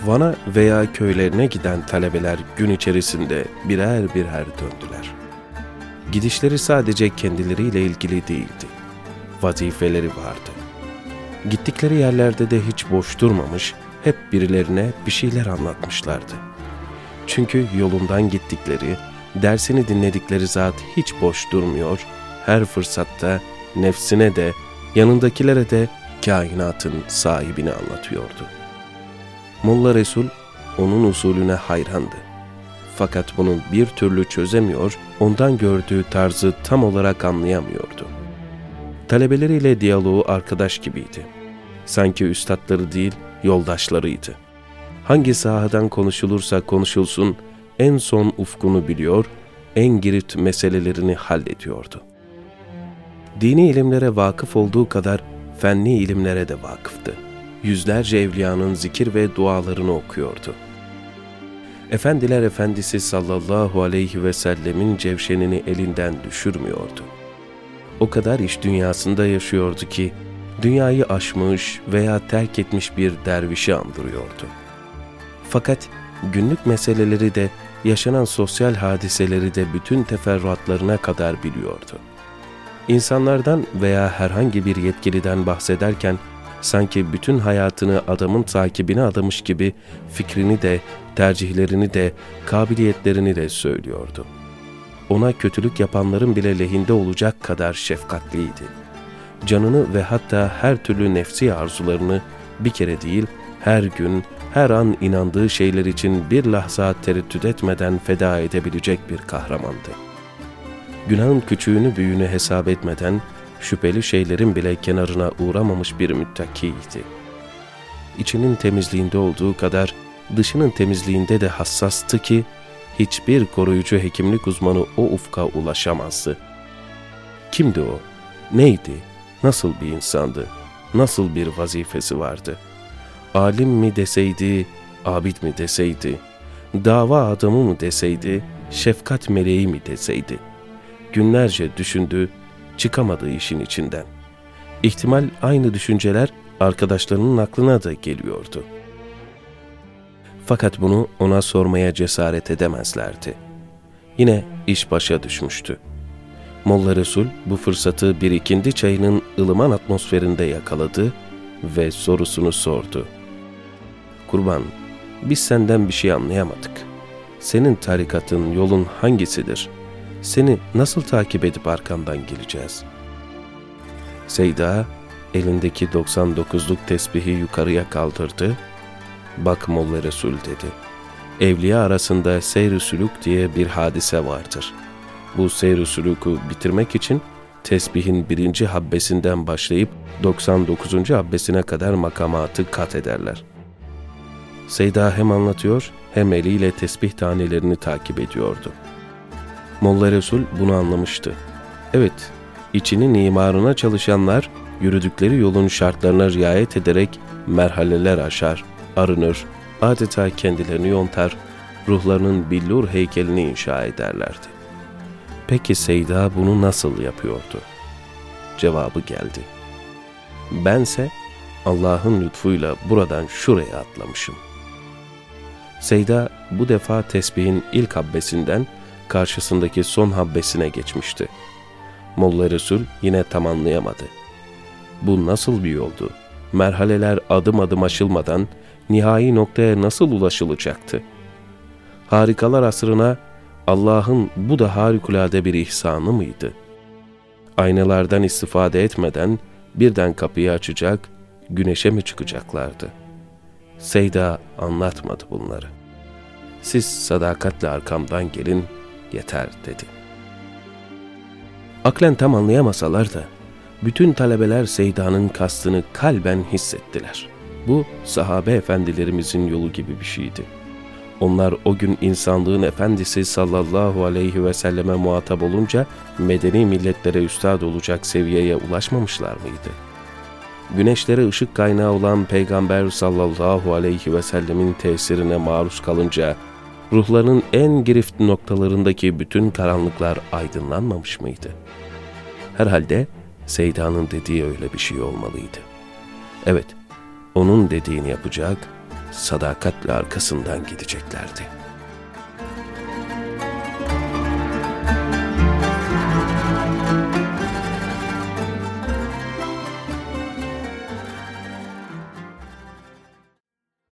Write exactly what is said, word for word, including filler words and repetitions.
Van'a veya köylerine giden talebeler gün içerisinde birer birer döndüler. Gidişleri sadece kendileriyle ilgili değildi. Vazifeleri vardı. Gittikleri yerlerde de hiç boş durmamış, hep birilerine bir şeyler anlatmışlardı. Çünkü yolundan gittikleri, dersini dinledikleri zat hiç boş durmuyor, her fırsatta nefsine de, yanındakilere de kainatın sahibini anlatıyordu. Molla Resul onun usulüne hayrandı. Fakat bunu bir türlü çözemiyor, ondan gördüğü tarzı tam olarak anlayamıyordu. Talebeleriyle diyaloğu arkadaş gibiydi. Sanki üstadları değil, yoldaşlarıydı. Hangi sahadan konuşulursa konuşulsun, en son ufkunu biliyor, en girift meselelerini hallediyordu. Dini ilimlere vakıf olduğu kadar fenni ilimlere de vakıftı. Yüzlerce evliyanın zikir ve dualarını okuyordu. Efendiler Efendisi sallallahu aleyhi ve sellemin cevşenini elinden düşürmüyordu. O kadar iş dünyasında yaşıyordu ki, dünyayı aşmış veya terk etmiş bir dervişi andırıyordu. Fakat günlük meseleleri de, yaşanan sosyal hadiseleri de bütün teferruatlarına kadar biliyordu. İnsanlardan veya herhangi bir yetkiliden bahsederken, sanki bütün hayatını adamın takibine adamış gibi fikrini de, tercihlerini de, kabiliyetlerini de söylüyordu. Ona kötülük yapanların bile lehinde olacak kadar şefkatliydi. Canını ve hatta her türlü nefsi arzularını bir kere değil, her gün, her an inandığı şeyler için bir lahza tereddüt etmeden feda edebilecek bir kahramandı. Günahın küçüğünü büyüğünü hesap etmeden, şüpheli şeylerin bile kenarına uğramamış bir müttakiydi. İçinin temizliğinde olduğu kadar dışının temizliğinde de hassastı ki, hiçbir koruyucu hekimlik uzmanı o ufka ulaşamazdı. Kimdi o? Neydi? Nasıl bir insandı? Nasıl bir vazifesi vardı? Alim mi deseydi, abid mi deseydi, dava adamı mı deseydi, şefkat meleği mi deseydi? Günlerce düşündü, çıkamadı işin içinden. İhtimal aynı düşünceler arkadaşlarının aklına da geliyordu. Fakat bunu ona sormaya cesaret edemezlerdi. Yine iş başa düşmüştü. Molla Resul bu fırsatı bir ikindi çayının ılıman atmosferinde yakaladı ve sorusunu sordu. Kurban, biz senden bir şey anlayamadık. Senin tarikatın, yolun hangisidir? Seni nasıl takip edip arkandan geleceğiz? Seyda elindeki doksan dokuzluk tesbihi yukarıya kaldırdı. Bak Molla Resul dedi. Evliya arasında seyr-i sülük diye bir hadise vardır. Bu seyr-i sülükü bitirmek için tesbihin birinci habbesinden başlayıp doksan dokuzuncu habbesine kadar makamatı kat ederler. Seyda hem anlatıyor hem eliyle tesbih tanelerini takip ediyordu. Molla Resul bunu anlamıştı. Evet, içinin imarına çalışanlar yürüdükleri yolun şartlarına riayet ederek merhaleler aşar, arınır, adeta kendilerini yontar, ruhlarının billur heykelini inşa ederlerdi. Peki Seyda bunu nasıl yapıyordu? Cevabı geldi. Bense Allah'ın lütfuyla buradan şuraya atlamışım. Seyda bu defa tesbihin ilk habbesinden karşısındaki son habbesine geçmişti. Molla Resul yine tam anlayamadı. Bu nasıl bir yoldu? Merhaleler adım adım aşılmadan nihai noktaya nasıl ulaşılacaktı? Harikalar asrına Allah'ın bu da harikulade bir ihsanı mıydı? Aynalardan istifade etmeden birden kapıyı açacak, güneşe mi çıkacaklardı? Seyda anlatmadı bunları. Siz sadakatle arkamdan gelin, yeter dedi. Aklen tam anlayamasalar da, bütün talebeler Seyda'nın kastını kalben hissettiler. Bu, sahabe efendilerimizin yolu gibi bir şeydi. Onlar o gün insanlığın efendisi sallallahu aleyhi ve selleme muhatap olunca, medeni milletlere üstad olacak seviyeye ulaşmamışlar mıydı? Güneşlere ışık kaynağı olan Peygamber sallallahu aleyhi ve sellemin tesirine maruz kalınca, ruhlarının en girift noktalarındaki bütün karanlıklar aydınlanmamış mıydı? Herhalde Seyda'nın dediği öyle bir şey olmalıydı. Evet, onun dediğini yapacak, sadakatle arkasından gideceklerdi.